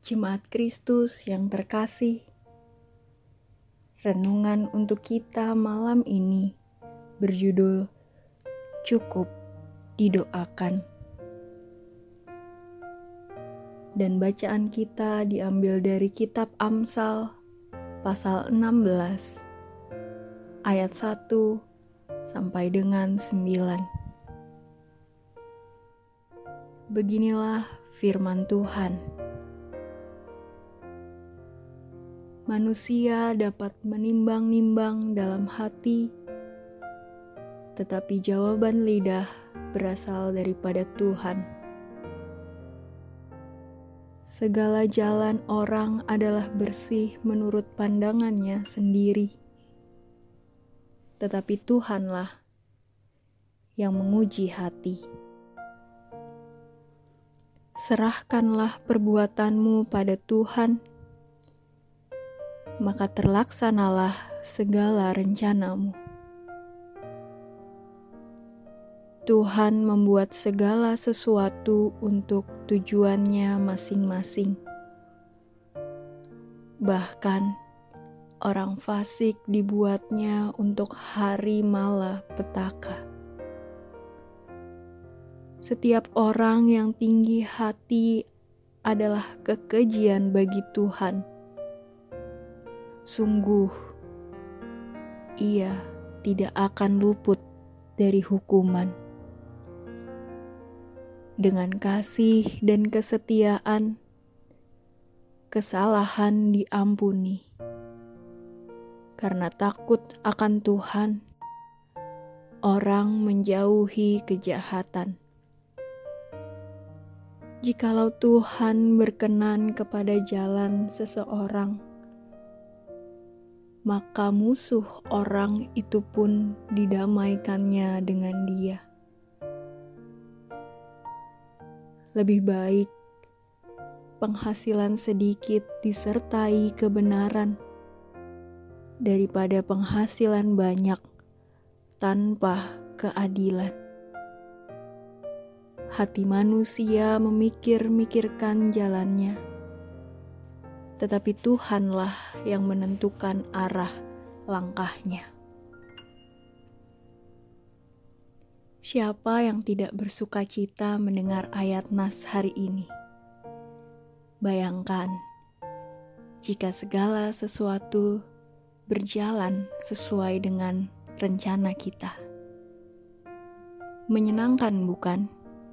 Jemaat Kristus yang terkasih, renungan untuk kita malam ini berjudul Cukup Didoakan. Dan bacaan kita diambil dari kitab Amsal pasal 16 ayat 1 sampai dengan 9. Beginilah firman Tuhan. Manusia dapat menimbang-nimbang dalam hati, tetapi jawaban lidah berasal daripada Tuhan. Segala jalan orang adalah bersih menurut pandangannya sendiri, tetapi Tuhanlah yang menguji hati. Serahkanlah perbuatanmu pada Tuhan, maka terlaksanalah segala rencanamu. Tuhan membuat segala sesuatu untuk tujuannya masing-masing. Bahkan orang fasik dibuatnya untuk hari malapetaka. Setiap orang yang tinggi hati adalah kekejian bagi Tuhan. Sungguh, ia tidak akan luput dari hukuman. Dengan kasih dan kesetiaan, kesalahan diampuni. Karena takut akan Tuhan, orang menjauhi kejahatan. Jikalau Tuhan berkenan kepada jalan seseorang, maka musuh orang itu pun didamaikannya dengan dia. Lebih baik penghasilan sedikit disertai kebenaran daripada penghasilan banyak tanpa keadilan. Hati manusia memikir-mikirkan jalannya, tetapi Tuhanlah yang menentukan arah langkahnya. Siapa yang tidak bersuka cita mendengar ayat nas hari ini? Bayangkan, jika segala sesuatu berjalan sesuai dengan rencana kita. Menyenangkan, bukan?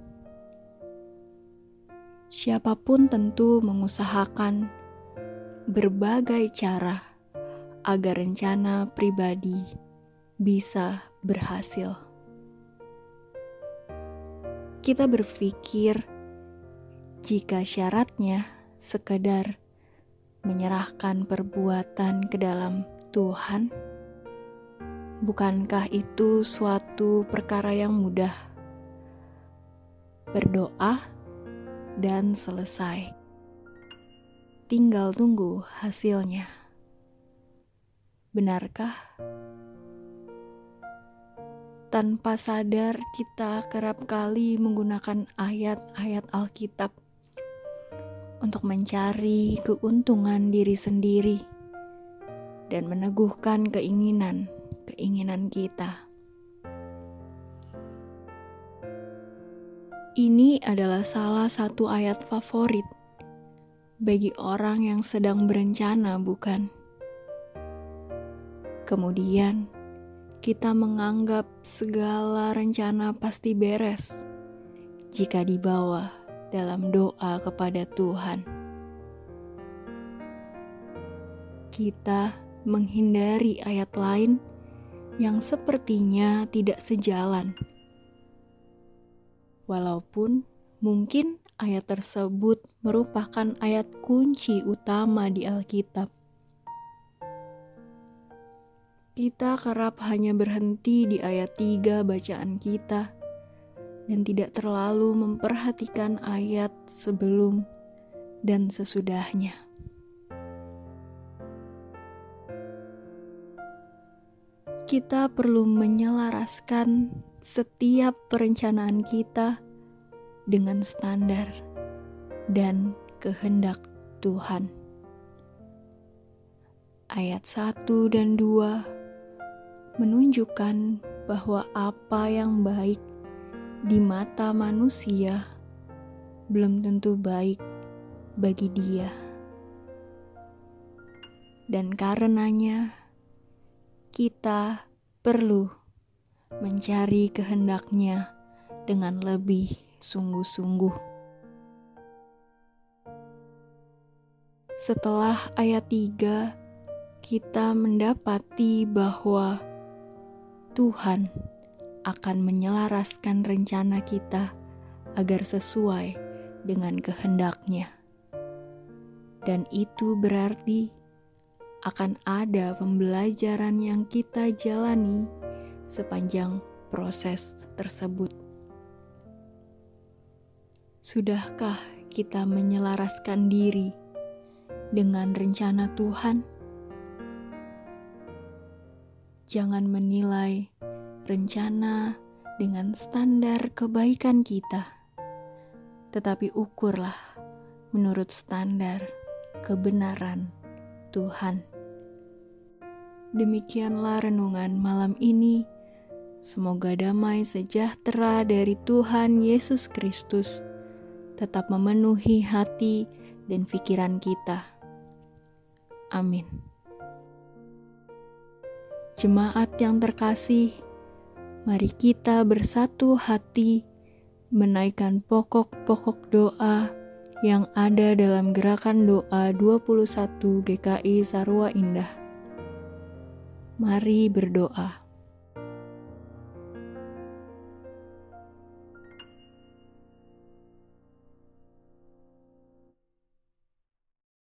Siapapun tentu mengusahakan berbagai cara agar rencana pribadi bisa berhasil. Kita berpikir jika syaratnya sekedar menyerahkan perbuatan ke dalam Tuhan, bukankah itu suatu perkara yang mudah? Berdoa dan selesai. Tinggal tunggu hasilnya. Benarkah? Tanpa sadar kita kerap kali menggunakan ayat-ayat Alkitab untuk mencari keuntungan diri sendiri dan meneguhkan keinginan kita. Ini adalah salah satu ayat favorit bagi orang yang sedang berencana, bukan? Kemudian, kita menganggap segala rencana pasti beres jika dibawa dalam doa kepada Tuhan. Kita menghindari ayat lain yang sepertinya tidak sejalan. Walaupun mungkin ayat tersebut merupakan ayat kunci utama di Alkitab. Kita kerap hanya berhenti di ayat 3 bacaan kita dan tidak terlalu memperhatikan ayat sebelum dan sesudahnya. Kita perlu menyelaraskan setiap perencanaan kita dengan standar dan kehendak Tuhan. Ayat 1 dan 2 menunjukkan bahwa apa yang baik di mata manusia belum tentu baik bagi Dia. Dan karenanya kita perlu mencari kehendak-Nya dengan lebih sungguh-sungguh. Setelah ayat 3, kita mendapati bahwa Tuhan akan menyelaraskan rencana kita agar sesuai dengan kehendak-Nya. Dan itu berarti akan ada pembelajaran yang kita jalani sepanjang proses tersebut. Sudahkah kita menyelaraskan diri dengan rencana Tuhan? Jangan menilai rencana dengan standar kebaikan kita, tetapi ukurlah menurut standar kebenaran Tuhan. Demikianlah renungan malam ini. Semoga damai sejahtera dari Tuhan Yesus Kristus tetap memenuhi hati dan pikiran kita. Amin. Jemaat yang terkasih, mari kita bersatu hati menaikkan pokok-pokok doa yang ada dalam gerakan doa 21 GKI Sarwa Indah. Mari berdoa.